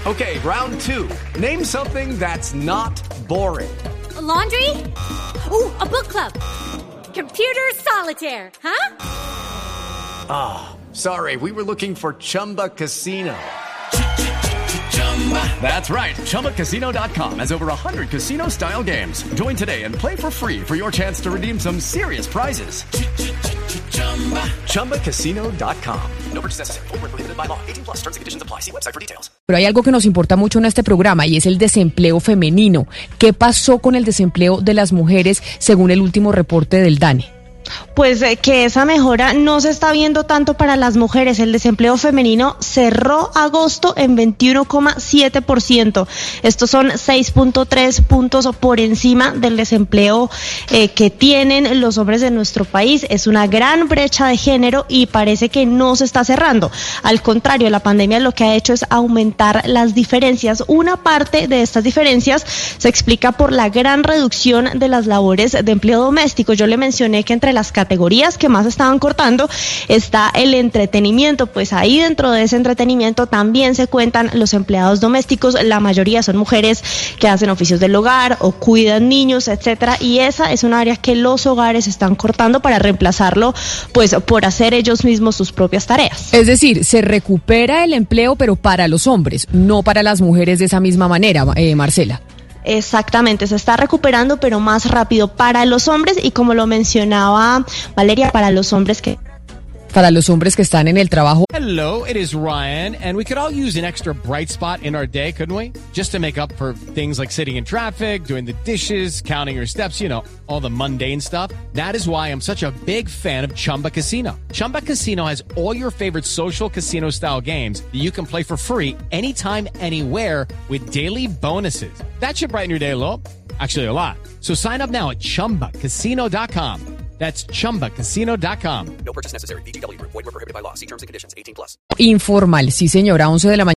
Okay, round two. Name something that's not boring. A laundry? Ooh, a book club. Computer solitaire, huh? Ah, sorry, we were looking for Chumba Casino. That's right. ChumbaCasino.com has over 100 casino-style games. Join today and play for free for your chance to redeem some serious prizes. ChumbaCasino.com. No purchase necessary. Void where prohibited by law. 18+ terms and conditions apply. See website for details. Pero hay algo que nos importa mucho en este programa y es el desempleo femenino. ¿Qué pasó con el desempleo de las mujeres según el último reporte del DANE? Pues que esa mejora no se está viendo tanto para las mujeres. El desempleo femenino cerró agosto en 21,7%. Estos son 6.3 puntos por encima del desempleo que tienen los hombres de nuestro país. Es una gran brecha de género y parece que no se está cerrando. Al contrario, la pandemia lo que ha hecho es aumentar las diferencias. Una parte de estas diferencias se explica por la gran reducción de las labores de empleo doméstico. Yo le mencioné que entre las categorías que más estaban cortando está el entretenimiento, pues ahí dentro de ese entretenimiento también se cuentan los empleados domésticos. La mayoría son mujeres que hacen oficios del hogar o cuidan niños, etcétera, y esa es un área que los hogares están cortando para reemplazarlo pues por hacer ellos mismos sus propias tareas. Es decir, se recupera el empleo pero para los hombres, no para las mujeres de esa misma manera, Marcela. Exactamente, se está recuperando pero más rápido para los hombres y, como lo mencionaba Valeria, para los hombres que están en el trabajo. Hello, it is Ryan, and we could all use an extra bright spot in our day, couldn't we? Just to make up for things like sitting in traffic, doing the dishes, counting your steps, you know, all the mundane stuff. That is why I'm such a big fan of Chumba Casino. Chumba Casino has all your favorite social casino-style games that you can play for free anytime, anywhere with daily bonuses. That should brighten your day a little. Actually, a lot. So sign up now at ChumbaCasino.com. That's ChumbaCasino.com. No purchase necessary. VGW Group. Void where prohibited by law. See terms and conditions. 18+. Informal, sí señora, 11 de la mañana.